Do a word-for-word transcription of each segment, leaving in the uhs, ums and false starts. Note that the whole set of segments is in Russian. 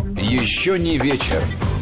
Еще не вечер.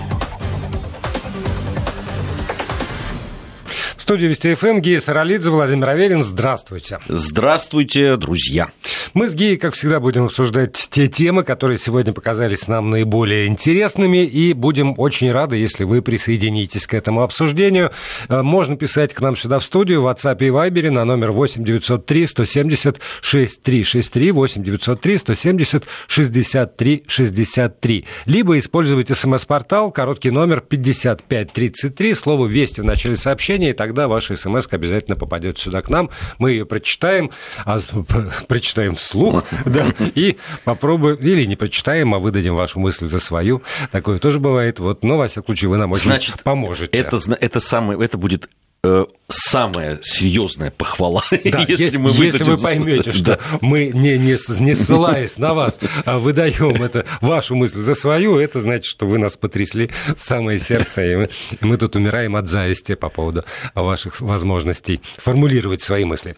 В студии Вести ФМ Гея Саралидзе, Владимир Аверин. Здравствуйте. Здравствуйте, друзья. Мы с Геей, как всегда, будем обсуждать те темы, которые сегодня показались нам наиболее интересными, и будем очень рады, если вы присоединитесь к этому обсуждению. Можно писать к нам сюда в студию в WhatsApp и Viber на номер восемь девятьсот три сто семьдесят шестьдесят три шестьдесят три, восемь девятьсот три сто семьдесят шестьдесят три шестьдесят три. Либо использовать смс-портал, короткий номер пятьдесят пять тридцать три, слово «Вести» в начале сообщения, и тогда ваша смс обязательно попадет сюда к нам. Мы ее прочитаем, а, прочитаем вслух, да, и попробуем, или не прочитаем, а выдадим вашу мысль за свою. Такое тоже бывает. Вот, но, во всяком случае, вы нам очень Значит, поможете. Это, это, самое, это будет э, самая серьезная похвала, да, если, мы если вы поймете, что да. мы, не, не, не ссылаясь на вас, выдаем это, вашу мысль за свою, это значит, что вы нас потрясли в самое сердце, и мы, и мы тут умираем от зависти по поводу ваших возможностей формулировать свои мысли.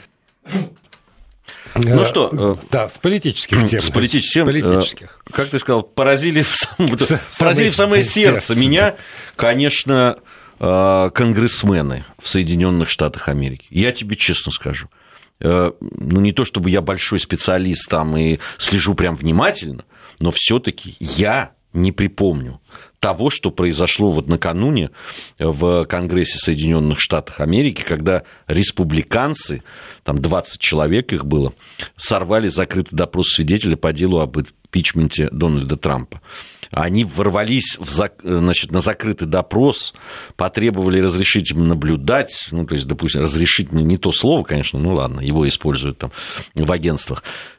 Ну что? Да, с политических тем. С политических. политических. Как ты сказал, поразили в, сам, в, в поразили в самое сердце. сердце Меня, да. конечно, конгрессмены в Соединенных Штатах Америки. Я тебе честно скажу. Ну, не то чтобы я большой специалист там и слежу прям внимательно, но все-таки я не припомню того, что произошло вот накануне в Конгрессе Соединенных Штатов Америки, когда республиканцы, там двадцать человек их было, сорвали закрытый допрос свидетеля по делу об импичменте Дональда Трампа. Они ворвались в, значит, на закрытый допрос, потребовали разрешить им наблюдать, ну, то есть, допустим, разрешить не то слово, конечно, ну, ладно, его используют там в агентствах.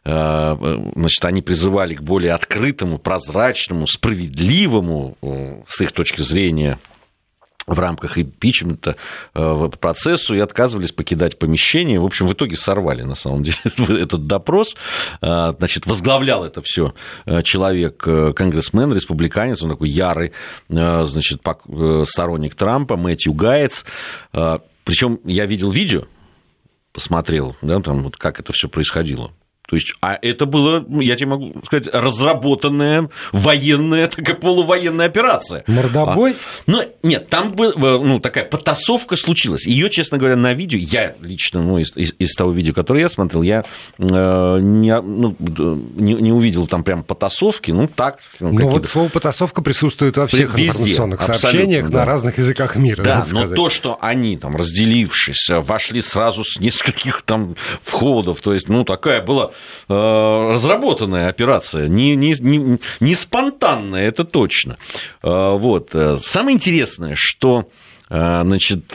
Значит, они призывали к более открытому, прозрачному, справедливому, с их точки зрения, в рамках импичмента процессу и отказывались покидать помещение. В общем, в итоге сорвали, на самом деле, этот допрос. Значит, возглавлял это все человек, конгрессмен, республиканец, он такой ярый, значит, сторонник Трампа, Мэтью Гайтс. Причем я видел видео, посмотрел, да, там, вот, как это все происходило. То есть, а это было, я тебе могу сказать, разработанная военная, такая полувоенная операция. Мордобой? А, ну, нет, там была, ну, такая потасовка случилась. Ее, честно говоря, на видео, я лично, ну, из, из, из того видео, которое я смотрел, я э, не, ну, не, не увидел там прям потасовки, ну, так. Ну, ну вот слово потасовка присутствует во всех везде, информационных сообщениях, да, на разных языках мира. Да, но то, что они, там, разделившись, вошли сразу с нескольких там входов, то есть, ну, такая была разработанная операция, не, не, не, не спонтанная, это точно. Вот. Самое интересное, что, значит,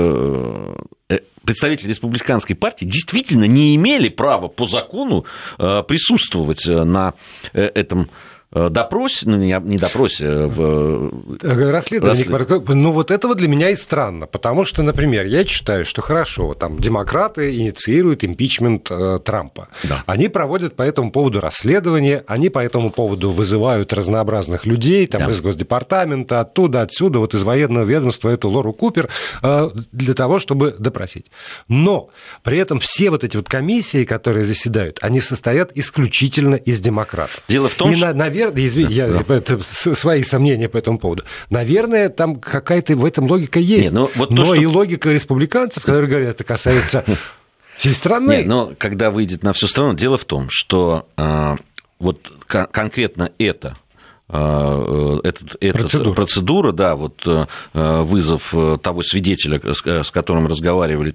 представители республиканской партии действительно не имели права по закону присутствовать на этом допросе, ну, не допросе, в... расследовании. Расслед... Ну, вот этого для меня и странно, потому что, например, я считаю, что хорошо, там, демократы инициируют импичмент э, Трампа. Да. Они проводят по этому поводу расследование, они по этому поводу вызывают разнообразных людей, там, да. из Госдепартамента, оттуда, отсюда, вот из военного ведомства эту Лору Купер, э, для того, чтобы допросить. Но при этом все вот эти вот комиссии, которые заседают, они состоят исключительно из демократов. Дело в том, и, что... Наверное, извини, я да. это, свои сомнения по этому поводу. Наверное, там какая-то в этом логика есть. Не, ну, вот но то, и что... логика республиканцев, которые говорят, это касается всей страны. Нет, но когда выйдет на всю страну, дело в том, что э, вот кон- конкретно это Этот, этот, процедура. процедура, да, вот вызов того свидетеля, с которым разговаривали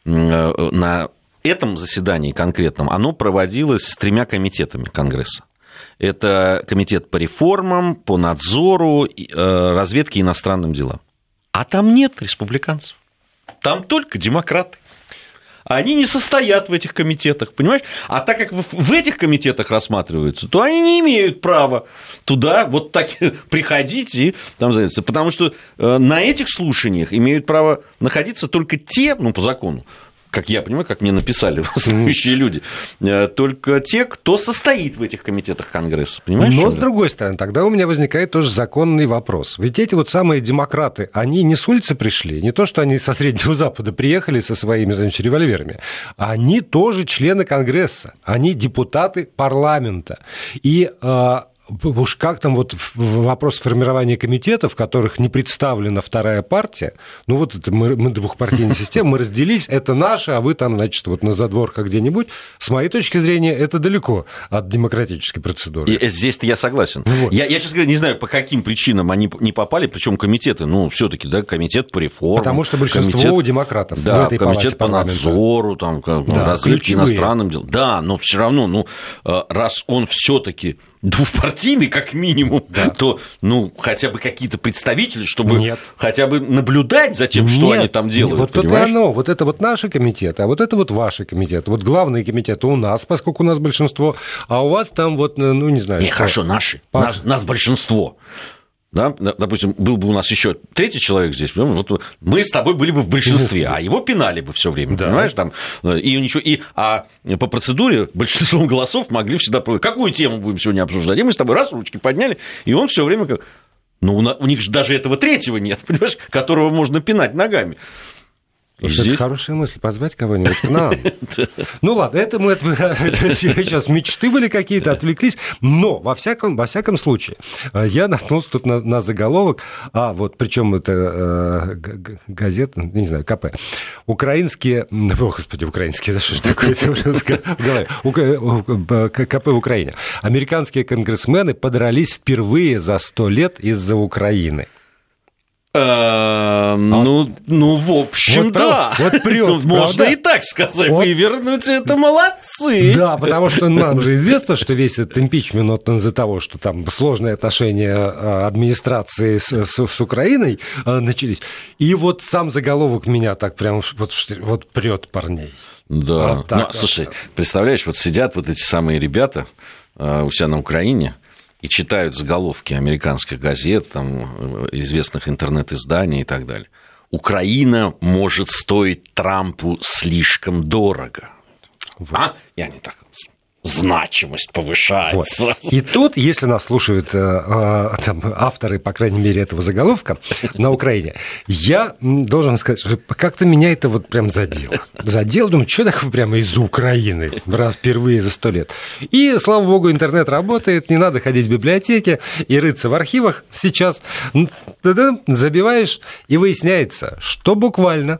на этом заседании конкретном, оно проводилось с тремя комитетами Конгресса. Это комитет по реформам, по надзору, разведке и иностранным делам. А там нет республиканцев. Там только демократы. Они не состоят в этих комитетах, понимаешь? А так как в этих комитетах рассматриваются, то они не имеют права туда вот так приходить и там заняться. Потому что на этих слушаниях имеют право находиться только те, ну, по закону, как я понимаю, как мне написали следующие люди, только те, кто состоит в этих комитетах Конгресса. Понимаешь? Но, с другой стороны, тогда у меня возникает тоже законный вопрос. Ведь эти вот самые демократы, они не с улицы пришли, не то, что они со Среднего Запада приехали со своими, значит, револьверами, они тоже члены Конгресса, они депутаты парламента. И... уж как там вот вопрос формирования комитетов, в которых не представлена вторая партия, ну вот это мы, мы двухпартийная система, мы разделились, это наше, а вы там, значит, вот на задворках где-нибудь. С моей точки зрения, это далеко от демократической процедуры. И здесь-то я согласен. Вот. Я, я, честно говоря, не знаю, по каким причинам они не попали, причем комитеты, ну, все-таки, да, комитет по реформам. Потому что большинство комитет, у демократов да, в этой комитет по надзору, там, да, разведке иностранным делам. Да, но все равно, ну, раз он все-таки двухпартийный, как минимум, да. то, ну, хотя бы какие-то представители, чтобы Нет. хотя бы наблюдать за тем, что Нет. они там делают. Вот это оно, вот это вот наши комитеты, а вот это вот ваши комитеты. Вот главные комитеты у нас, поскольку у нас большинство, а у вас там вот, ну, не знаю. Не, что... хорошо, наши, нас, нас большинство. Да, допустим, был бы у нас еще третий человек здесь, вот мы с тобой были бы в большинстве, а его пинали бы все время, да. понимаешь, там, и ничего, и, а по процедуре большинством голосов могли всегда, какую тему будем сегодня обсуждать, и мы с тобой раз ручки подняли, и он все время как, ну, у них же даже этого третьего нет, понимаешь, которого можно пинать ногами. Здесь... Это хорошая мысль, позвать кого-нибудь к нам. Ну ладно, это мы сейчас мечты были какие-то, отвлеклись, но во всяком, во всяком случае я наткнулся тут на, на заголовок, а вот причем это э, газета, не знаю, ка пэ. Украинские, о, господи, украинские, да что ж такое ка пэ в Украине. Американские конгрессмены подрались впервые за сто лет из-за Украины. А, ну, ну, в общем, вот да. Прет, вот прет, можно и так сказать. Вот. Вывернуть это молодцы. Да, потому что нам же известно, что весь этот импичмент вот из-за того, что там сложные отношения администрации с, с, с Украиной начались. И вот сам заголовок меня так прям вот, вот прет парней. Да. Вот так, ну, вот. Слушай, представляешь, вот сидят вот эти самые ребята у себя на Украине, и читают заголовки американских газет, там, известных интернет-изданий и так далее. Украина может стоить Трампу слишком дорого. Вот. А? И они так... значимость повышается. Вот. И тут, если нас слушают э, э, там, авторы, по крайней мере, этого заголовка на Украине, я должен сказать, что как-то меня это вот прям задело. Задело, думаю, что такое прямо из Украины, раз впервые за сто лет. И, слава богу, интернет работает, не надо ходить в библиотеки и рыться в архивах. Сейчас забиваешь, и выясняется, что буквально...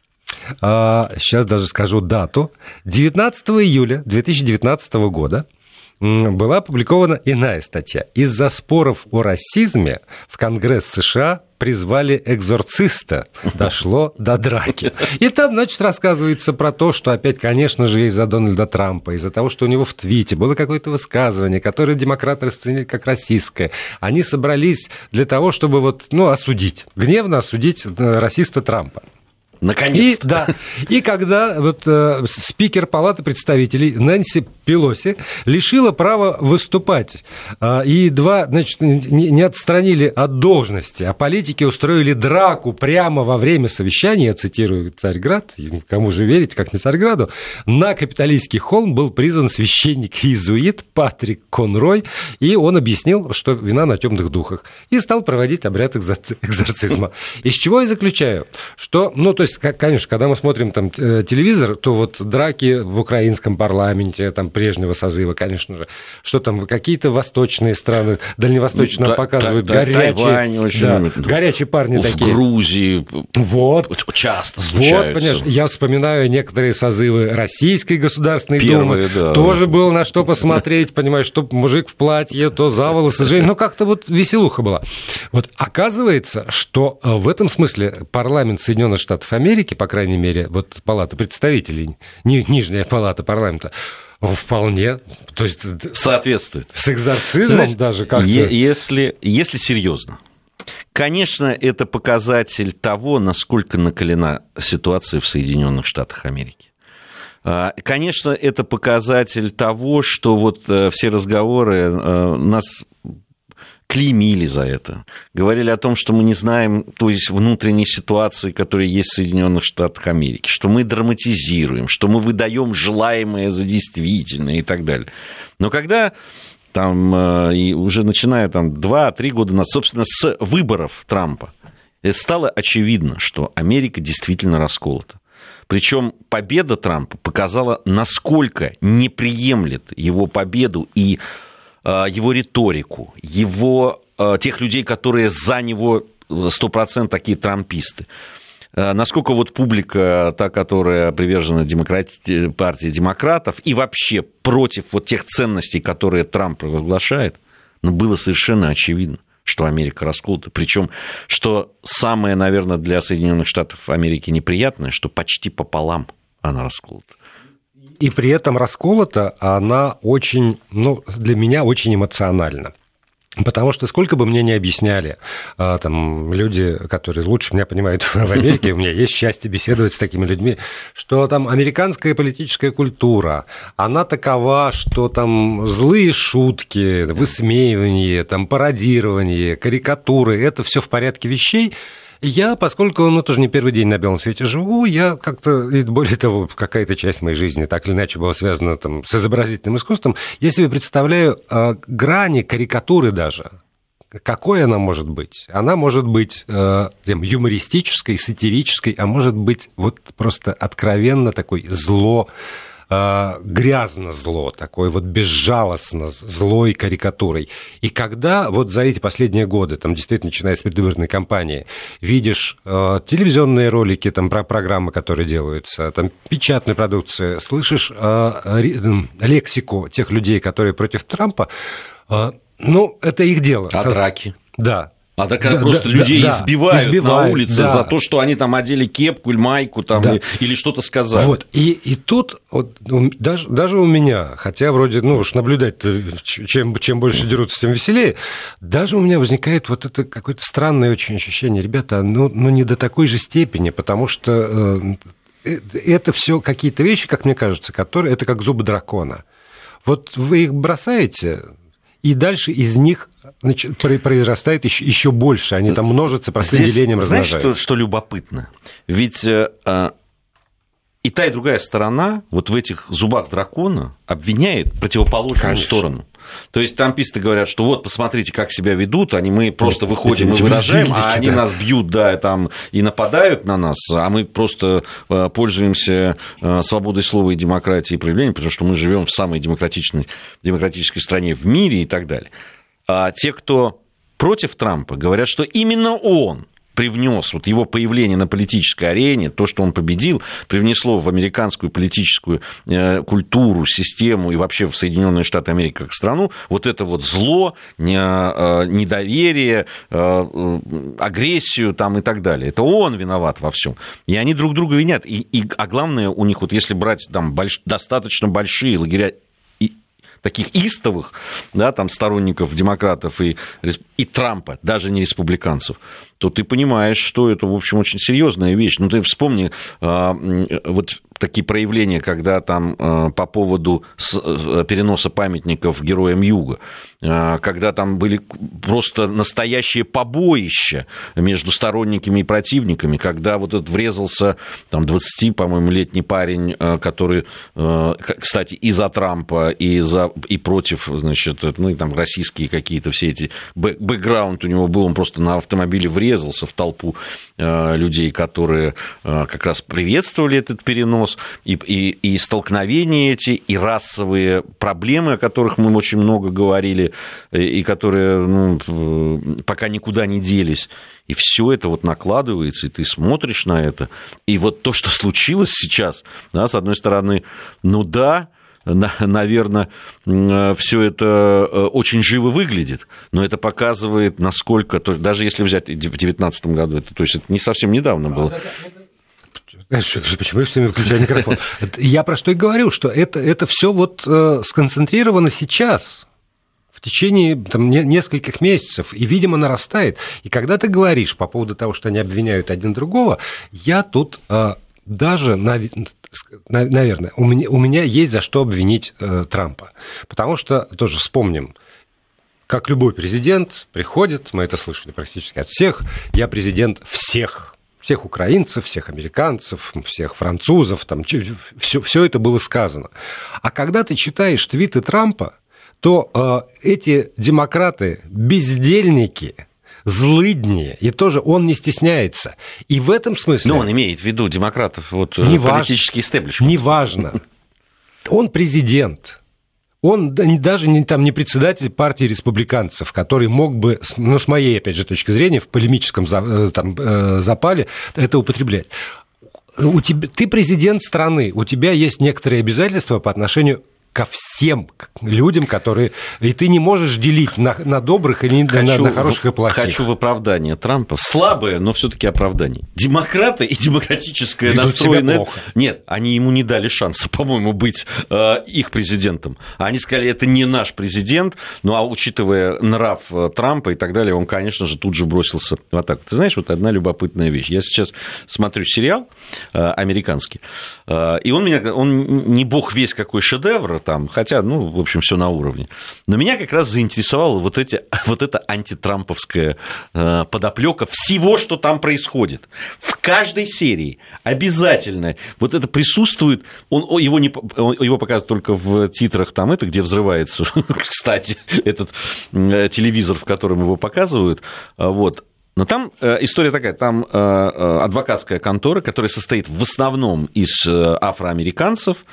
Сейчас даже скажу дату. девятнадцатого июля две тысячи девятнадцатого года была опубликована иная статья. Из-за споров о расизме в Конгресс США призвали экзорциста. Дошло до драки. И там, значит, рассказывается про то, что опять, конечно же, из-за Дональда Трампа, из-за того, что у него в твите было какое-то высказывание, которое демократы расценили как расистское. Они собрались для того, чтобы вот, ну, осудить, гневно осудить расиста Трампа. Наконец-то. И, да, и когда вот, э, спикер Палаты представителей Нэнси Пелоси лишила права выступать, э, и два, значит, не, не отстранили от должности, а политики устроили драку прямо во время совещания, я цитирую Царьград, кому же верить, как не Царьграду, на Капитолийский холм был призван священник-иезуит Патрик Конрой, и он объяснил, что вина на темных духах, и стал проводить обряд экзорцизма. Из чего я заключаю, что, ну, то есть, конечно, когда мы смотрим там телевизор, то вот драки в украинском парламенте, там, прежнего созыва, конечно же, что там, какие-то восточные страны, дальневосточные нам показывают, да, горячие, Тайвань очень да, любит. Горячие парни в такие. В Грузии вот. часто случаются. Вот, понимаешь, я вспоминаю некоторые созывы Российской Государственной Первые, Думы, да. тоже было на что посмотреть, понимаешь, что мужик в платье, то за волосы, Жень, ну, как-то вот веселуха была. Вот оказывается, что в этом смысле парламент Соединенных Штатов Америки, по крайней мере, вот Палата представителей, ни, нижняя палата парламента, вполне, то есть соответствует. С экзорцизмом. Знаешь, даже как-то. Если, если серьезно, конечно, это показатель того, насколько накалена ситуация в Соединенных Штатах Америки. Конечно, это показатель того, что вот все разговоры нас клеймили за это, говорили о том, что мы не знаем, то есть внутренней ситуации, которая есть в Соединенных Штатах Америки, что мы драматизируем, что мы выдаем желаемое за действительное и так далее. Но когда там, и уже начиная там два-три года назад, собственно, с выборов Трампа, стало очевидно, что Америка действительно расколота. Причем победа Трампа показала, насколько не приемлет его победу и его риторику, его, тех людей, которые за него сто процентов такие трамписты. Насколько вот публика, та, которая привержена демократи... партии демократов, и вообще против вот тех ценностей, которые Трамп провозглашает, ну, было совершенно очевидно, что Америка расколота. Причем, что самое, наверное, для Соединенных Штатов Америки неприятное, что почти пополам она расколота. И при этом расколота она очень, ну, для меня очень эмоциональна. Потому что сколько бы мне ни объясняли там, люди, которые лучше меня понимают в Америке, у меня есть счастье беседовать с такими людьми, что там американская политическая культура, она такова, что там злые шутки, высмеивание, там, пародирование, карикатуры, это все в порядке вещей. Я, поскольку, ну, тоже не первый день на белом свете живу, я как-то, и более того, какая-то часть моей жизни так или иначе была связана там, с изобразительным искусством, я себе представляю э, грани карикатуры даже. Какой она может быть? Она может быть э, юмористической, сатирической, а может быть вот просто откровенно такой зло, грязно зло, такой вот безжалостно злой карикатурой. И когда вот за эти последние годы, там действительно начиная с предвыборной кампании, видишь э, телевизионные ролики, там, про программы, которые делаются, там, печатная продукция, слышишь э, лексику тех людей, которые против Трампа, э, ну, это их дело. А драки? Да. А так да, просто да, людей да, избивают, избивают на улице да. за то, что они там одели кепку или майку там, да. или, или что-то сказали. Вот. И, и тут вот, даже, даже у меня, хотя вроде, ну уж наблюдать, чем, чем больше дерутся, тем веселее, даже у меня возникает вот это какое-то странное очень ощущение. Ребята, ну, ну не до такой же степени, потому что э, это все какие-то вещи, как мне кажется, которые, это как зубы дракона. Вот вы их бросаете, и дальше из них произрастает еще, еще больше, они там множатся, простым делением размножаются. Знаешь, что, что любопытно? Ведь э, и та, и другая сторона вот в этих зубах дракона обвиняет противоположную Конечно. сторону. То есть трамписты говорят, что вот, посмотрите, как себя ведут, они, мы просто вот, выходим и выражаем, а они да. нас бьют, да, там, и нападают на нас, а мы просто пользуемся свободой слова и демократией и проявления, потому что мы живем в самой демократичной, демократической стране в мире и так далее. А те, кто против Трампа, говорят, что именно он привнес, вот его появление на политической арене, то, что он победил, привнесло в американскую политическую культуру, систему и вообще в Соединенные Штаты Америки как страну вот это вот зло, недоверие, агрессию там и так далее. Это он виноват во всем. И они друг друга винят. И, и, а главное, у них вот если брать там больш, достаточно большие лагеря таких истовых, да, там, сторонников демократов и, и Трампа, даже не республиканцев, то ты понимаешь, что это, в общем, очень серьезная вещь. Ну, ты вспомни вот такие проявления, когда там по поводу переноса памятников героям Юга, когда там были просто настоящие побоища между сторонниками и противниками, когда вот этот врезался там двадцати, по-моему, летний парень, который, кстати, и за Трампа, и, за, и против, значит, ну, и там российские какие-то все эти бэкграунд у него был, он просто на автомобиле врезался в толпу людей, которые как раз приветствовали этот перенос, и, и, и столкновения эти, и расовые проблемы, о которых мы очень много говорили, и которые ну, пока никуда не делись. И все это вот накладывается, и ты смотришь на это. И вот то, что случилось сейчас, да, с одной стороны, ну да, наверное, все это очень живо выглядит, но это показывает, насколько, даже если взять в две тысячи девятнадцатом году, это, то есть это не совсем недавно было. Почему я все время включаю микрофон? Я про что и говорил, что это, это все вот сконцентрировано сейчас, в течение там, нескольких месяцев, и, видимо, нарастает. И когда ты говоришь по поводу того, что они обвиняют один другого, я тут даже, наверное, у меня, у меня есть за что обвинить Трампа. Потому что, тоже вспомним, как любой президент приходит, мы это слышали практически от всех, я президент всех. Всех украинцев, всех американцев, всех французов, там, все, все это было сказано. А когда ты читаешь твиты Трампа, то э, эти демократы бездельники, злыдни, и тоже он не стесняется. И в этом смысле... Но он имеет в виду демократов, вот, политический истеблишмент. Неважно. Он президент. он даже не, там, не председатель партии республиканцев, который мог бы, ну, с моей, опять же, точки зрения, в полемическом там, запале это употреблять. У тебя, ты президент страны, у тебя есть некоторые обязательства по отношению ко всем людям, которые... И ты не можешь делить на, на добрых или хочу, на, на хороших и плохих. Хочу в оправдание Трампа. Слабое, но все-таки оправдание. Демократы и демократическое ведут настроенное... себя плохо. Нет, они ему не дали шанса, по-моему, быть э, их президентом. Они сказали, это не наш президент, ну а учитывая нрав Трампа и так далее, он, конечно же, тут же бросился в атаку. Ты знаешь, вот одна любопытная вещь. Я сейчас смотрю сериал э, американский, э, и он меня... Он не бог весь какой шедевр, там, хотя, ну, в общем, все на уровне. Но меня как раз заинтересовала вот, эти, вот эта антитрамповская э, подоплека всего, что там происходит. В каждой серии обязательно вот это присутствует. Он, его, не, его показывают только в титрах, там, это, где взрывается, кстати, этот э, телевизор, в котором его показывают. Вот. Но там история такая, там адвокатская контора, которая состоит в основном из афроамериканцев,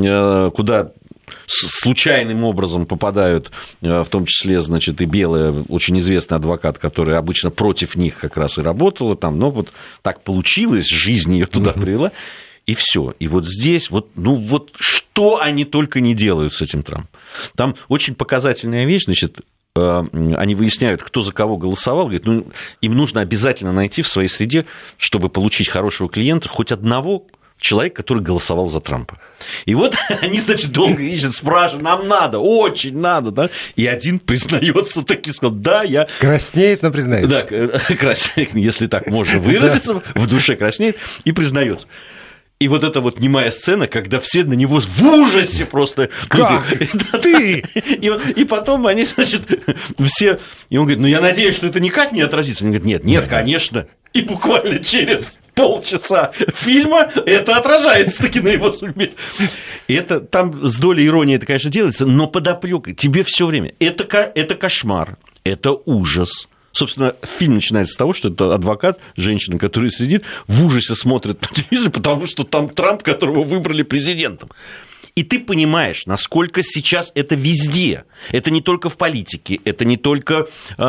куда случайным образом попадают, в том числе, значит, и белая, очень известный адвокат, который обычно против них как раз и работала там, но вот так получилось, жизнь ее туда привела, и все. И вот здесь, вот, ну вот что они только не делают с этим Трампом. Там очень показательная вещь, значит, они выясняют, кто за кого голосовал, говорят, ну, им нужно обязательно найти в своей среде, чтобы получить хорошего клиента, хоть одного человека, который голосовал за Трампа. И вот они, значит, долго ищут, спрашивают, нам надо, очень надо, да, и один признается, таки сказал, да, я... Краснеет, но признается. Да, краснеет, если так можно выразиться, в душе краснеет и признается. И вот эта вот немая сцена, когда все на него в ужасе просто... Как? Ты? И, и потом они, значит, все... И он говорит, ну, я надеюсь, что это никак не отразится. Они говорят, нет, нет, конечно. И буквально через полчаса фильма это отражается таки на его судьбе. И это там с долей иронии это, конечно, делается, но подоплёка тебе все время. Это, это кошмар, это ужас. Собственно, фильм начинается с того, что это адвокат, женщина, которая сидит, в ужасе смотрит по телевизору, потому что там Трамп, которого выбрали президентом. И ты понимаешь, насколько сейчас это везде. Это не только в политике, это не только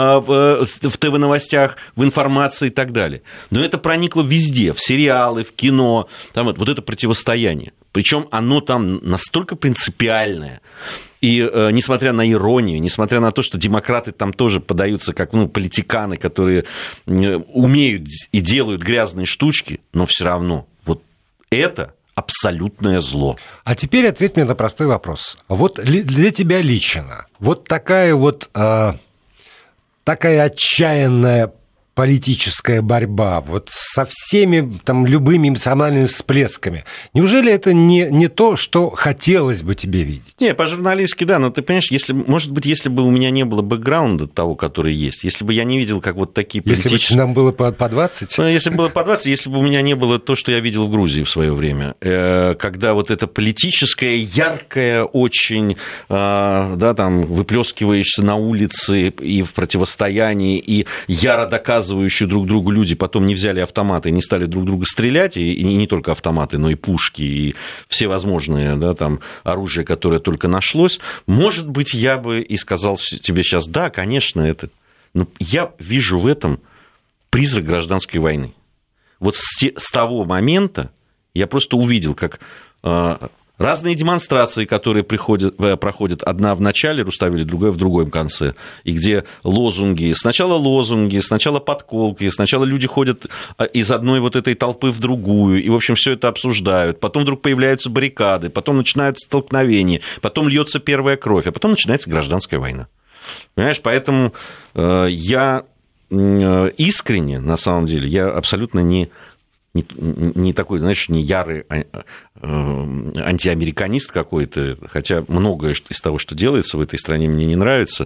в ТВ-новостях, в информации и так далее. Но это проникло везде, в сериалы, в кино. Там вот, вот это противостояние. Причем оно там настолько принципиальное. И э, несмотря на иронию, несмотря на то, что демократы там тоже подаются как ну, политиканы, которые э, умеют и делают грязные штучки, но все равно вот это абсолютное зло. А теперь ответь мне на простой вопрос. Вот для тебя лично вот такая вот э, такая отчаянная политическая борьба, вот со всеми там любыми эмоциональными всплесками. Неужели это не, не то, что хотелось бы тебе видеть? Не, по-журналистски, да, но ты понимаешь, если, может быть, если бы у меня не было бэкграунда того, который есть, если бы я не видел, как вот такие политические... Если бы нам было по, по двадцать? Ну, если бы было по двадцать, если бы у меня не было то, что я видел в Грузии в свое время, когда вот это политическое, яркое, очень, да, там, выплескиваешься на улице и в противостоянии, и яро доказывающие друг другу люди потом не взяли автоматы и не стали друг друга стрелять, и, и не только автоматы, но и пушки, и все возможные, да, там, оружие, которое только нашлось, может быть, я бы и сказал тебе сейчас, да, конечно, это... Но я вижу в этом призрак гражданской войны. Вот с, те, с того момента я просто увидел, как... Разные демонстрации, которые приходят, проходят одна в начале Руставели, другая в другом конце, и где лозунги, сначала лозунги, сначала подколки, сначала люди ходят из одной вот этой толпы в другую, и, в общем, все это обсуждают, потом вдруг появляются баррикады, потом начинаются столкновения, потом льется первая кровь, а потом начинается гражданская война. Понимаешь, поэтому я искренне, на самом деле, я абсолютно не... Не, не такой, знаешь, не ярый антиамериканист какой-то, хотя многое из того, что делается в этой стране, мне не нравится,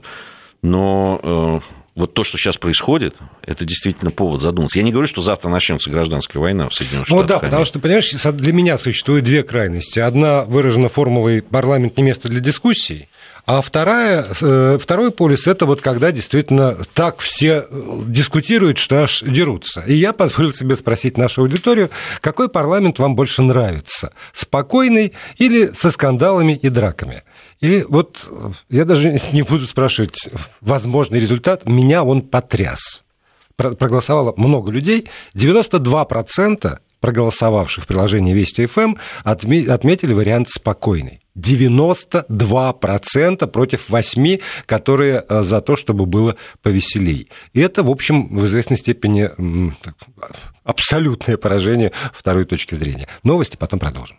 но вот то, что сейчас происходит, это действительно повод задуматься. Я не говорю, что завтра начнется гражданская война в Соединенных Штатах. Ну да, потому что, понимаешь, для меня существует две крайности. Одна выражена формулой «парламент не место для дискуссий», а вторая, второй полюс – это вот когда действительно так все дискутируют, что аж дерутся. И я позволил себе спросить нашу аудиторию, какой парламент вам больше нравится – спокойный или со скандалами и драками? И вот я даже не буду спрашивать возможный результат, меня он потряс. Проголосовало много людей, девяносто два процента проголосовавших в приложении Вести эф эм отметили вариант спокойный. девяносто два процента против восьми процентов, которые за то, чтобы было повеселей. И это, в общем, в известной степени абсолютное поражение второй точки зрения. Новости потом продолжим.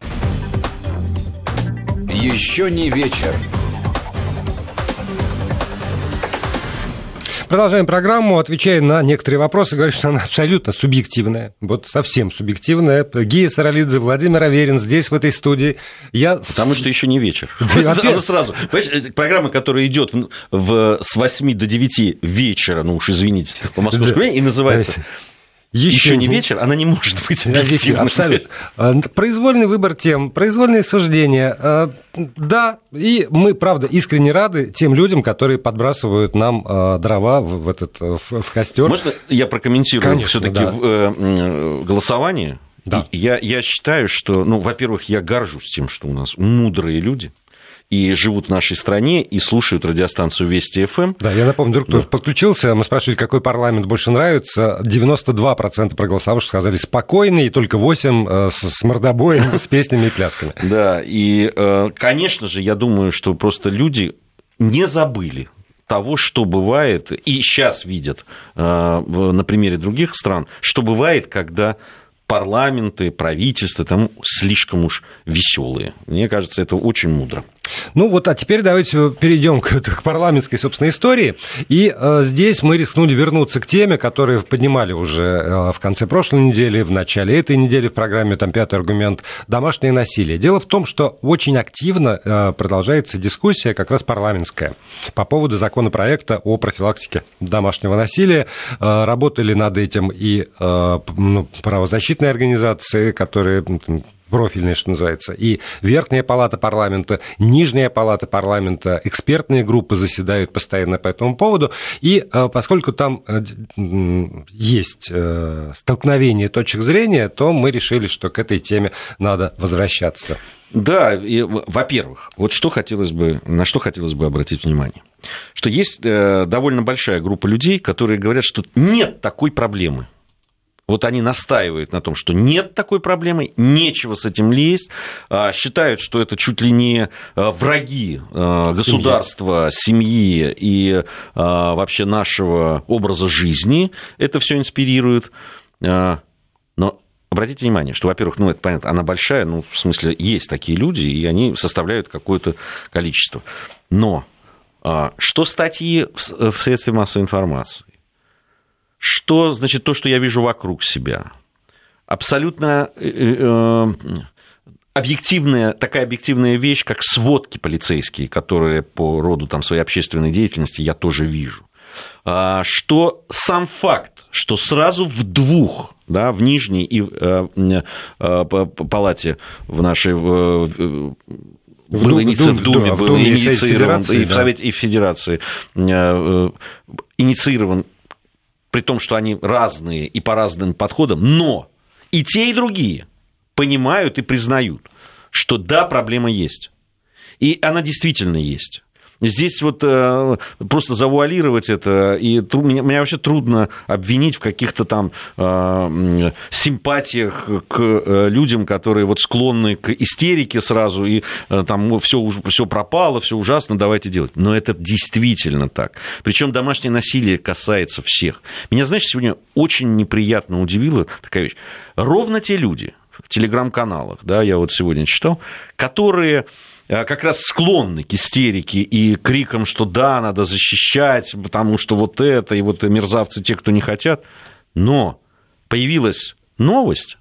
Еще не вечер. Продолжаем программу, отвечая на некоторые вопросы, говорю, что она абсолютно субъективная, вот совсем субъективная. Гия Саралидзе, Владимир Аверин здесь, в этой студии. Я... Потому что еще не вечер. Да, она сразу. Понимаешь, программа, которая идет в, в, с восьми до девяти вечера, ну уж извините, по московскому времени, и называется... Еще, Еще не вечер, она не может быть объективной. Абсолютно. Произвольный выбор тем, произвольные суждения. Да, и мы, правда, искренне рады тем людям, которые подбрасывают нам дрова в, этот, в, в костер. Можно я прокомментирую все-таки да. голосование? Да. Я, я считаю, что, ну, во-первых, я горжусь тем, что у нас мудрые люди. И живут в нашей стране, и слушают радиостанцию Вести эф эм. Да, я напомню, вдруг кто-то да. подключился, мы спрашивали, какой парламент больше нравится. девяносто два процента проголосовавших сказали спокойный, и только восемь процентов с мордобоем, с песнями и плясками. Да, и, конечно же, я думаю, что просто люди не забыли того, что бывает, и сейчас видят на примере других стран, что бывает, когда... парламенты, правительства там слишком уж веселые. Мне кажется, это очень мудро. Ну вот, а теперь давайте перейдем к, к парламентской, собственно, истории. И э, здесь мы рискнули вернуться к теме, которую поднимали уже э, в конце прошлой недели, в начале этой недели в программе, там, пятый аргумент, домашнее насилие. Дело в том, что очень активно э, продолжается дискуссия, как раз парламентская, по поводу законопроекта о профилактике домашнего насилия. Э, работали над этим и э, ну, правозащитные организации, которые... профильные, что называется, и Верхняя палата парламента, Нижняя палата парламента, экспертные группы заседают постоянно по этому поводу, и поскольку там есть столкновение точек зрения, то мы решили, что к этой теме надо возвращаться. Да, и, во-первых, вот что хотелось бы, на что хотелось бы обратить внимание, что есть довольно большая группа людей, которые говорят, что нет такой проблемы. Вот они настаивают на том, что нет такой проблемы, нечего с этим лезть, считают, что это чуть ли не враги государства, семьи и вообще нашего образа жизни. Это все инспирирует. Но обратите внимание, что, во-первых, ну, это понятно, она большая, ну, в смысле, есть такие люди, и они составляют какое-то количество. Но что статьи в средствах массовой информации? Что, значит, то, что я вижу вокруг себя? Абсолютно э, объективная, такая объективная вещь, как сводки полицейские, которые по роду там, своей общественной деятельности я тоже вижу. А, что сам факт, что сразу в двух, да, в Нижней и э, э, палате в нашей... Э, В, был Дум, иници... в Думе, да, был в Думе инициирован, и, и в Совете, и в Федерации э, инициирован, при том, что они разные и по разным подходам, но и те, и другие понимают и признают, что да, проблема есть. И она действительно есть. Здесь вот э, просто завуалировать это, и тру, меня, меня вообще трудно обвинить в каких-то там э, симпатиях к э, людям, которые вот склонны к истерике сразу, и э, там все, все пропало, все ужасно, давайте делать. Но это действительно так. Причем домашнее насилие касается всех. Меня, знаешь, сегодня очень неприятно удивила такая вещь. Ровно те люди в телеграм-каналах, да, я вот сегодня читал, которые... как раз склонны к истерике и крикам, что да, надо защищать, потому что вот это, и вот мерзавцы те, кто не хотят. Но появилась новость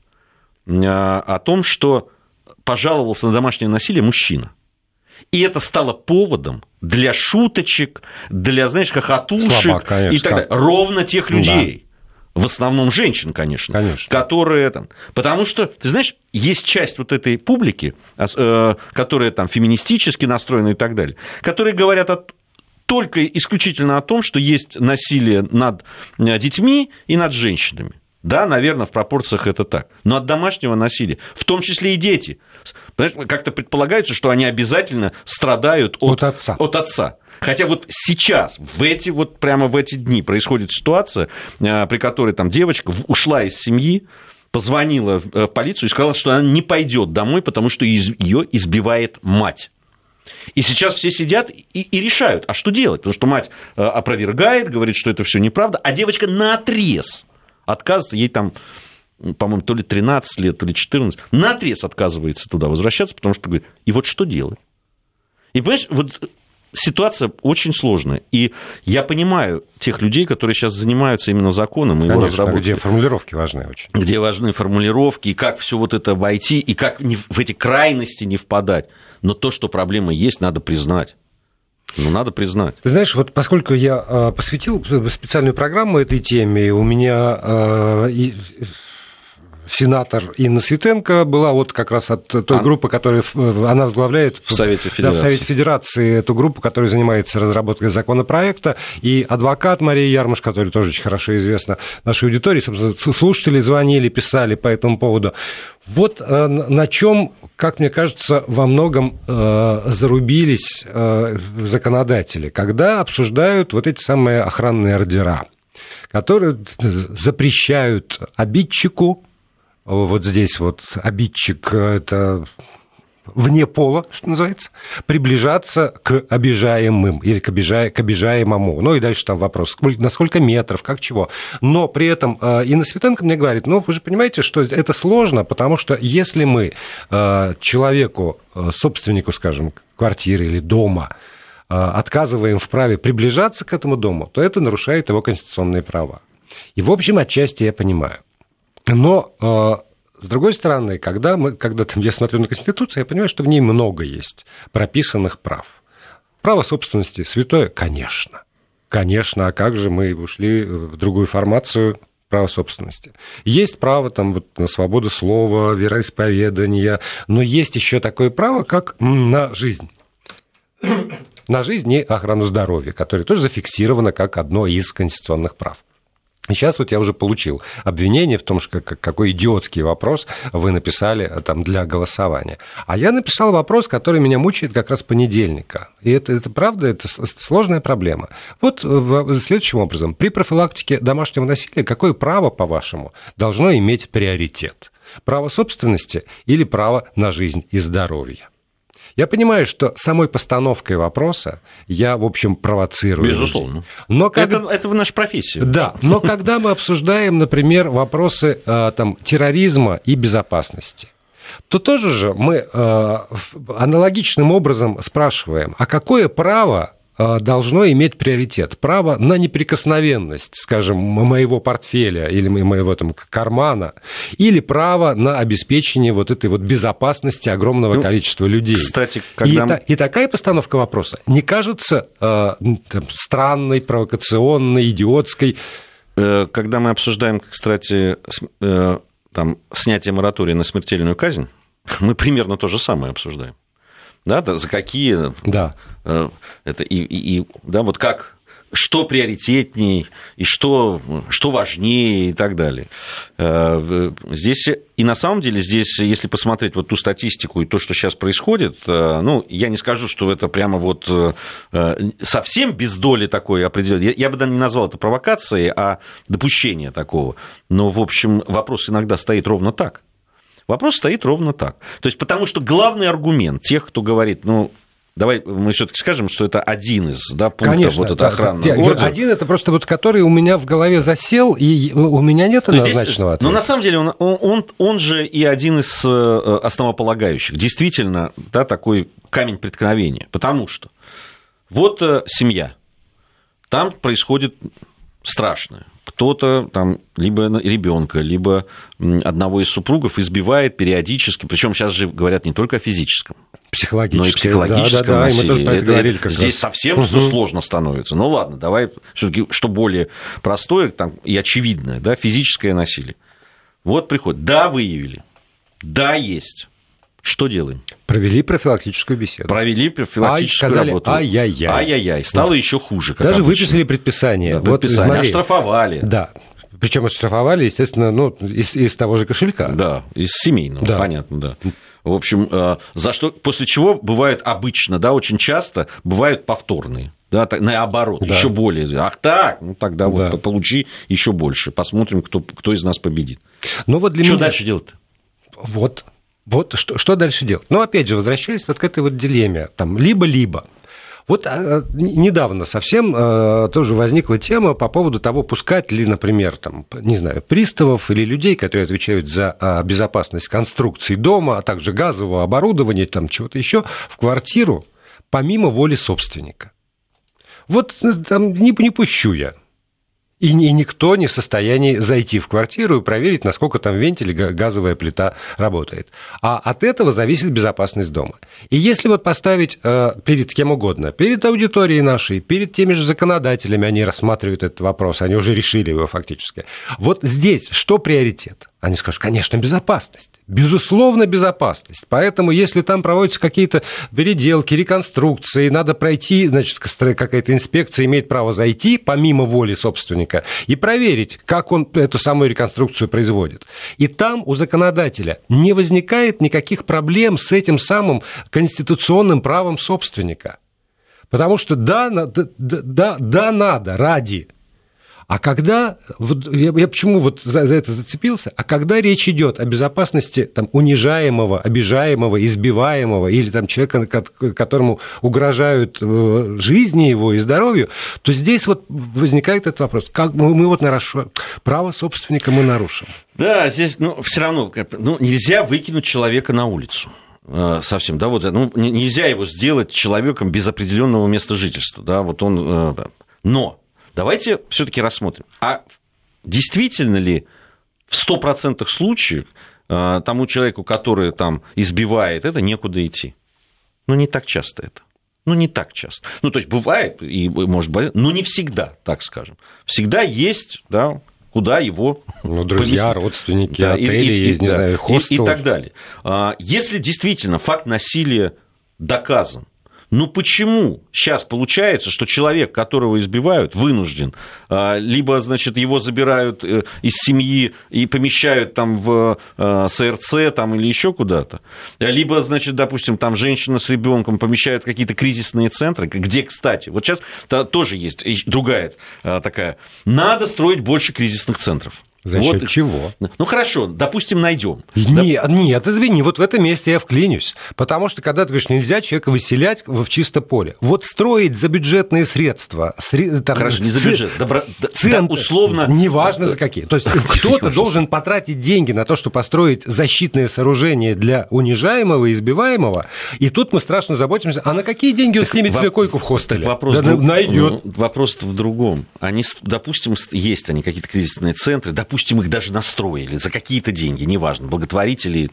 о том, что пожаловался на домашнее насилие мужчина. И это стало поводом для шуточек, для, знаешь, хохотушек Слабак, конечно, и так далее. Ровно тех людей. Да. В основном женщин, конечно, конечно, которые там... Потому что, ты знаешь, есть часть вот этой публики, которая там феминистически настроена и так далее, которые говорят о... только исключительно о том, что есть насилие над детьми и над женщинами. Да, наверное, в пропорциях это так. Но от домашнего насилия, в том числе и дети, понимаешь, как-то предполагается, что они обязательно страдают от, от отца. От отца. Хотя вот сейчас, в эти, вот прямо в эти дни происходит ситуация, при которой там девочка ушла из семьи, позвонила в полицию и сказала, что она не пойдет домой, потому что ее избивает мать. И сейчас все сидят и, и решают, а что делать? Потому что мать опровергает, говорит, что это все неправда, а девочка наотрез отказывается, ей там, по-моему, то ли тринадцать лет, то ли четырнадцать, наотрез отказывается туда возвращаться, потому что говорит, и вот что делать? И понимаешь, вот ситуация очень сложная. И я понимаю тех людей, которые сейчас занимаются именно законом и его разработкой. Где формулировки важны очень. Где важны формулировки, и как все вот это войти, и как в эти крайности не впадать. Но то, что проблема есть, надо признать. Ну, надо признать. Ты знаешь, вот поскольку я посвятил специальную программу этой теме, у меня и сенатор Инна Светенко была вот как раз от той а... группы, которую она возглавляет в Совете Федерации. Да, в Совете Федерации, эту группу, которая занимается разработкой законопроекта, и адвокат Мария Ярмуш, которая тоже очень хорошо известна нашей аудитории, слушатели звонили, писали по этому поводу. Вот на чем, как мне кажется, во многом зарубились законодатели, когда обсуждают вот эти самые охранные ордера, которые запрещают обидчику, вот здесь вот обидчик – это вне пола, что называется, приближаться к обижаемым или к, обижа... к обижаемому. Ну и дальше там вопрос, на сколько метров, как чего. Но при этом Инна Светенко мне говорит, ну вы же понимаете, что это сложно, потому что если мы человеку, собственнику, скажем, квартиры или дома, отказываем в праве приближаться к этому дому, то это нарушает его конституционные права. И, в общем, отчасти я понимаю. Но, с другой стороны, когда, мы, когда там, я смотрю на Конституцию, я понимаю, что в ней много есть прописанных прав. Право собственности святое? Конечно. Конечно, а как же мы ушли в другую формацию права собственности? Есть право там, вот, на свободу слова, вероисповедания, но есть еще такое право, как на жизнь. На жизнь и охрану здоровья, которое тоже зафиксировано как одно из конституционных прав. И сейчас вот я уже получил обвинение в том, что какой идиотский вопрос вы написали там для голосования. А я написал вопрос, который меня мучает как раз с понедельника. И это, это правда, это сложная проблема. Вот следующим образом. При профилактике домашнего насилия какое право, по-вашему, должно иметь приоритет? Право собственности или право на жизнь и здоровье? Я понимаю, что самой постановкой вопроса я, в общем, провоцирую. Безусловно. Но как... это, это наша профессия. Да, но когда мы обсуждаем, например, вопросы там, терроризма и безопасности, то тоже же мы аналогичным образом спрашиваем, а какое право должно иметь приоритет? Право на неприкосновенность, скажем, моего портфеля или моего там, кармана, или право на обеспечение вот этой вот безопасности огромного ну, количества людей. Кстати, когда... и, и такая постановка вопроса не кажется э, там, странной, провокационной, идиотской? Когда мы обсуждаем, кстати, там, снятие моратория на смертельную казнь, мы примерно то же самое обсуждаем. Да, да, за какие, да. э, это и, и, и, да, вот как, что приоритетней, и что, что важнее, и так далее. Э, здесь, и на самом деле, здесь, если посмотреть вот ту статистику и то, что сейчас происходит, э, ну, я не скажу, что это прямо вот э, совсем без доли такой определенной, я, я бы даже не назвал это провокацией, а допущение такого, но, в общем, вопрос иногда стоит ровно так. Вопрос стоит ровно так. То есть, потому что главный аргумент тех, кто говорит, ну, давай мы все-таки скажем, что это один из да, пунктов Конечно, вот этого да, охранного ордера. Один это просто вот который у меня в голове засел, и у меня нет однозначного здесь, ответа. Но на самом деле он, он, он же и один из основополагающих. Действительно, да, такой камень преткновения. Потому что вот семья, там происходит страшное. Кто-то там либо ребенка, либо одного из супругов избивает периодически, причем сейчас же говорят не только о физическом, но и психологическом да, да, насилии. Да, это, говорили, как здесь раз. Совсем угу. все сложно становится. Ну ладно, давай все-таки что более простое там, и очевидное, да, физическое насилие. Вот приходит, да, выявили, да, есть. Что делаем? Провели профилактическую беседу. Провели профилактическую сказали, работу. Ай-яй-яй. Ай-яй-яй. Стало еще хуже. Даже обычно. Выписали предписание. Да, предписание. Вот, оштрафовали. Да. Причем оштрафовали, естественно, ну, из, из того же кошелька. Да, из семейного, да. Понятно, да. В общем, за что, после чего бывают обычно, да, очень часто бывают повторные. Да, наоборот, да. Еще более. Ах так, ну тогда да. Вот получи еще больше. Посмотрим, кто, кто из нас победит. Ну, вот для что меня... дальше делать-то? Вот, вот что, что дальше делать? Ну, опять же, возвращаясь вот к этой вот дилемме, там, либо-либо. Вот а, недавно совсем а, тоже возникла тема по поводу того, пускать ли, например, там, не знаю, приставов или людей, которые отвечают за а, безопасность конструкций дома, а также газового оборудования, там, чего-то еще, в квартиру помимо воли собственника. Вот там не, не пущу я. И, и никто не в состоянии зайти в квартиру и проверить, насколько там вентиль и газовая плита работает. А от этого зависит безопасность дома. И если вот поставить э, перед кем угодно, перед аудиторией нашей, перед теми же законодателями, они рассматривают этот вопрос, они уже решили его фактически. Вот здесь что приоритет? Они скажут, конечно, безопасность. Безусловно, безопасность. Поэтому, если там проводятся какие-то переделки, реконструкции, надо пройти, значит, какая-то инспекция имеет право зайти, помимо воли собственника, и проверить, как он эту самую реконструкцию производит. И там у законодателя не возникает никаких проблем с этим самым конституционным правом собственника. Потому что да, да, да, да надо, ради. А когда, я, я почему вот за, за это зацепился, а когда речь идет о безопасности там, унижаемого, обижаемого, избиваемого или там, человека, которому угрожают жизни его и здоровью, то здесь вот возникает этот вопрос, как мы, мы вот нарушим, право собственника мы нарушим. Да, здесь ну, все равно ну, нельзя выкинуть человека на улицу. Совсем, да, вот, ну, нельзя его сделать человеком без определенного места жительства, да, вот он, но давайте все-таки рассмотрим, а действительно ли в сто процентов случаев тому человеку, который там избивает, это некуда идти? Ну, не так часто это. Ну, не так часто. Ну, то есть, бывает, и может быть, но не всегда, так скажем. Всегда есть, да, куда его ну, друзья, поместить. Родственники, да, отели, и, и, и, да, знаю, хостел. И, и так далее. Если действительно факт насилия доказан, ну почему сейчас получается, что человек, которого избивают, вынужден, либо, значит, его забирают из семьи и помещают там в СРЦ там, или еще куда-то, либо, значит, допустим, там женщина с ребенком помещают в какие-то кризисные центры, где, кстати, вот сейчас тоже есть другая такая, надо строить больше кризисных центров. За счет вот. Чего? Ну, хорошо, допустим, найдем. Нет, да? нет, извини, вот в этом месте я вклинюсь. Потому что, когда ты говоришь, нельзя человека выселять в чисто поле. Вот строить за бюджетные средства... Там, хорошо, не за бюджет, ц... добро... центр, да, условно... Неважно за какие. То есть кто-то должен потратить деньги на то, чтобы построить защитное сооружение для унижаемого и избиваемого, и тут мы страшно заботимся, а на какие деньги он снимет себе койку в хостеле? Вопрос, да, друг... найдет. Вопрос в другом. Они, допустим, есть они какие-то кризисные центры, допустим, Допустим, их даже настроили за какие-то деньги, неважно, благотворители,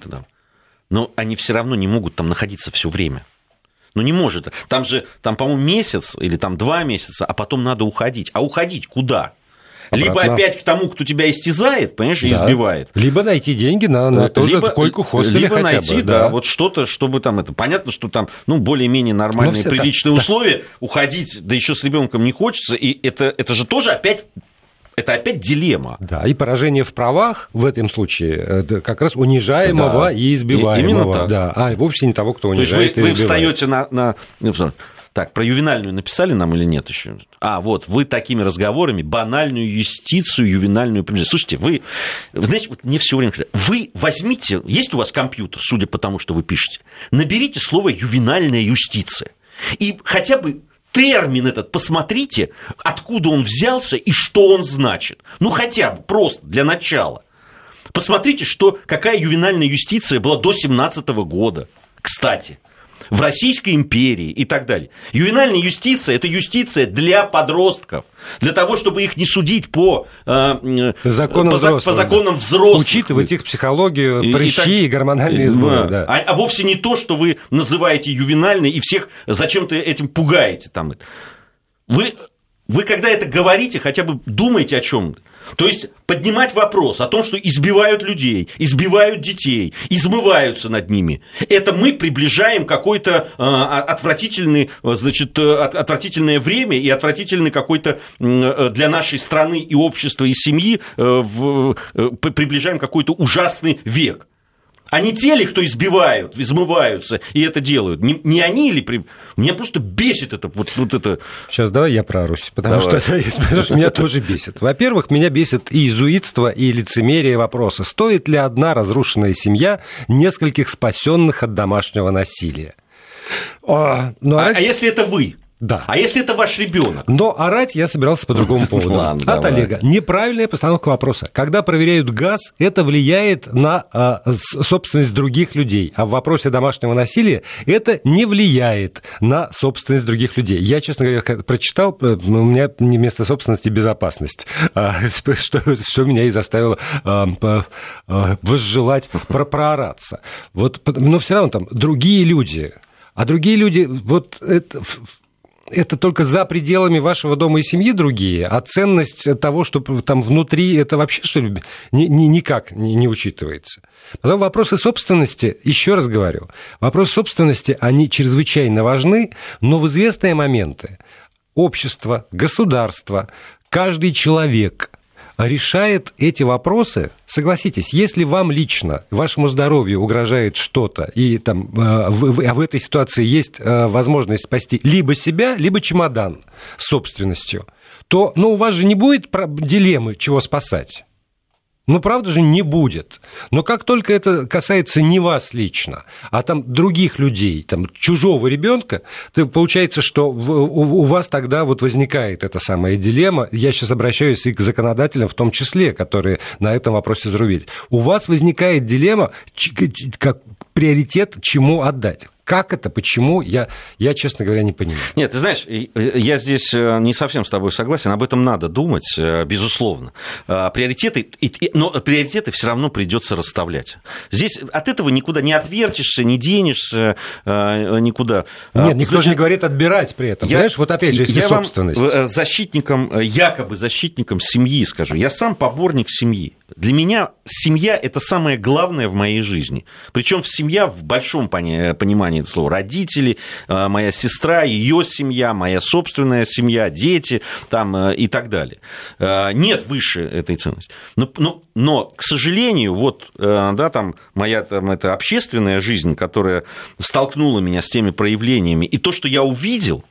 но они все равно не могут там находиться все время. Ну, не может. Там же, там, по-моему, месяц или там два месяца, а потом надо уходить. А уходить куда? Обратно. Либо опять к тому, кто тебя истязает, понимаешь, и да. избивает. Либо найти деньги на, на ту же койку хостеля либо хотя найти, бы. да, да, вот что-то, чтобы там это... Понятно, что там, ну, более-менее нормальные, приличные так, условия. Так. Уходить, да еще с ребенком не хочется. И это, это же тоже опять... Это опять дилемма. Да, и поражение в правах в этом случае это как раз унижаемого да. и избиваемого. И, именно так. Да, а вовсе не того, кто унижает То есть вы, и избивает. Вы встаете на, на... Так, про ювенальную написали нам или нет еще? А, вот, вы такими разговорами банальную юстицию, ювенальную... Слушайте, вы, знаете, вот мне все время... Вы возьмите, есть у вас компьютер, судя по тому, что вы пишете, наберите слово «ювенальная юстиция». И хотя бы... термин этот, посмотрите, откуда он взялся и что он значит. Ну, хотя бы, просто для начала. Посмотрите, что, какая ювенальная юстиция была до семнадцатого года, кстати, в Российской империи и так далее. Ювенальная юстиция – это юстиция для подростков, для того, чтобы их не судить по, э, законам, по, взрослых, по законам взрослых. Учитывать их психологию, и, прыщи и, так, и гормональные сбои. Да. А, а вовсе не то, что вы называете ювенальной и всех зачем-то этим пугаете. Там. Вы вы когда это говорите, хотя бы думайте о чем-то. То есть поднимать вопрос о том, что избивают людей, избивают детей, измываются над ними. Это мы приближаем какое-то э, отвратительный, значит, отвратительное время и отвратительный какой-то э, для нашей страны и общества, и семьи э, в, э, приближаем какой-то ужасный век. А не те ли, кто избивают, измываются и это делают? Не, не они ли? При... Меня просто бесит это, вот, вот это. Сейчас давай я прорусь, потому давай. что, потому что меня тоже бесит. Во-первых, меня бесит и изуитство, и лицемерие вопроса. Стоит ли одна разрушенная семья нескольких спасенных от домашнего насилия? А, ну, а, а если это вы? Да. А если это ваш ребенок? Но орать я собирался по другому поводу. Ладно, От давай. Олега. Неправильная постановка вопроса. Когда проверяют газ, это влияет на а, собственность других людей. А в вопросе домашнего насилия это не влияет на собственность других людей. Я, честно говоря, прочитал, у меня вместо собственности безопасность, что, что меня и заставило а, а, возжелать про, проораться. Вот, но все равно там другие люди. А другие люди, вот это... Это только за пределами вашего дома и семьи другие, а ценность того, что там внутри, это вообще, что ли, ни, ни, никак не, не учитывается. Потом вопросы собственности, еще раз говорю, вопросы собственности, они чрезвычайно важны, но в известные моменты общество, государство, каждый человек решает эти вопросы. Согласитесь, если вам лично, вашему здоровью угрожает что-то, и там, а в этой ситуации есть возможность спасти либо себя, либо чемодан с собственностью, то ну, у вас же не будет дилеммы, чего спасать. Ну, правда же, не будет. Но как только это касается не вас лично, а там других людей, там, чужого ребенка, то получается, что у вас тогда вот возникает эта самая дилемма. Я сейчас обращаюсь и к законодателям в том числе, которые на этом вопросе зарубили. У вас возникает дилемма, как приоритет чему отдать. Как это, почему, я, я, честно говоря, не понимаю. Нет, ты знаешь, я здесь не совсем с тобой согласен, об этом надо думать, безусловно. Приоритеты, но приоритеты все равно придется расставлять. Здесь от этого никуда не отвертишься, не денешься, никуда. Нет, никто Значит, же не говорит отбирать при этом. Я, понимаешь, вот опять же, если я собственность. Вам защитником, якобы защитником семьи скажу. Я сам поборник семьи. Для меня семья – это самое главное в моей жизни. Причем семья в большом понимании этого слова. Родители, моя сестра, ее семья, моя собственная семья, дети там, и так далее. Нет выше этой ценности. Но, но, но к сожалению, вот, да, там, моя там, это общественная жизнь, которая столкнула меня с теми проявлениями, и то, что я увидел,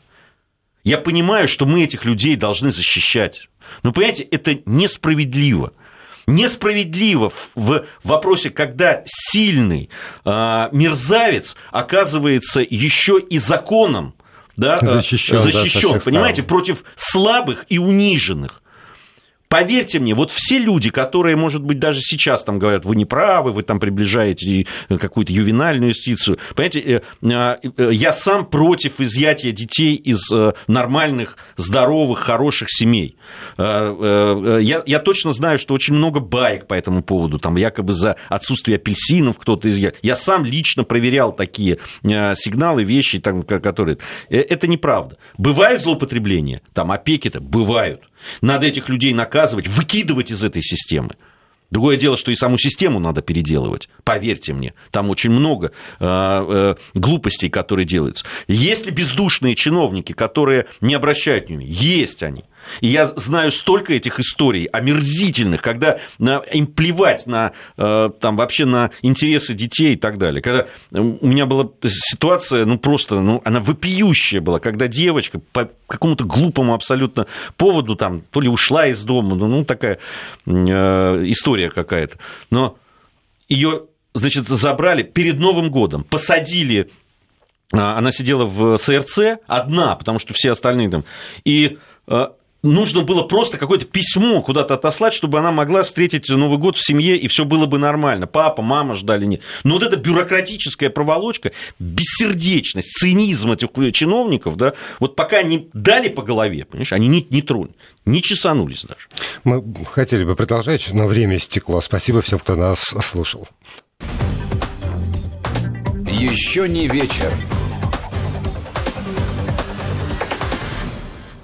я понимаю, что мы этих людей должны защищать. Но, понимаете, это несправедливо. Несправедливо в вопросе, когда сильный э, мерзавец оказывается еще и законом, да, защищен, защищен, да, понимаете, против слабых и униженных. Поверьте мне, вот все люди, которые, может быть, даже сейчас там говорят, вы не правы, вы там приближаете какую-то ювенальную юстицию, понимаете, я сам против изъятия детей из нормальных, здоровых, хороших семей. Я, я точно знаю, что очень много баек по этому поводу, там якобы за отсутствие апельсинов кто-то изъял. Я сам лично проверял такие сигналы, вещи, там, которые... Это неправда. Бывают злоупотребления, там опеки-то бывают. Надо этих людей наказывать, выкидывать из этой системы. Другое дело, что и саму систему надо переделывать. Поверьте мне, там очень много э, э, глупостей, которые делаются. Есть ли бездушные чиновники, которые не обращают внимания? Есть они. И я знаю столько этих историй омерзительных, когда на, им плевать на, э, там, вообще на интересы детей и так далее. Когда у меня была ситуация, ну просто, ну, она вопиющая была, когда девочка по какому-то глупому абсолютно поводу там, то ли ушла из дома, ну такая э, история какая-то, но ее, значит, забрали перед Новым годом, посадили, она сидела в СРЦ одна, потому что все остальные там, и э, нужно было просто какое-то письмо куда-то отослать, чтобы она могла встретить Новый год в семье, и все было бы нормально. Папа, мама ждали. Нет. Но вот эта бюрократическая проволочка, бессердечность, цинизм этих чиновников, да, вот пока не дали по голове, понимаешь, они не, не тронули, не чесанулись даже. Мы хотели бы продолжать, но время истекло. Спасибо всем, кто нас слушал. Еще не вечер.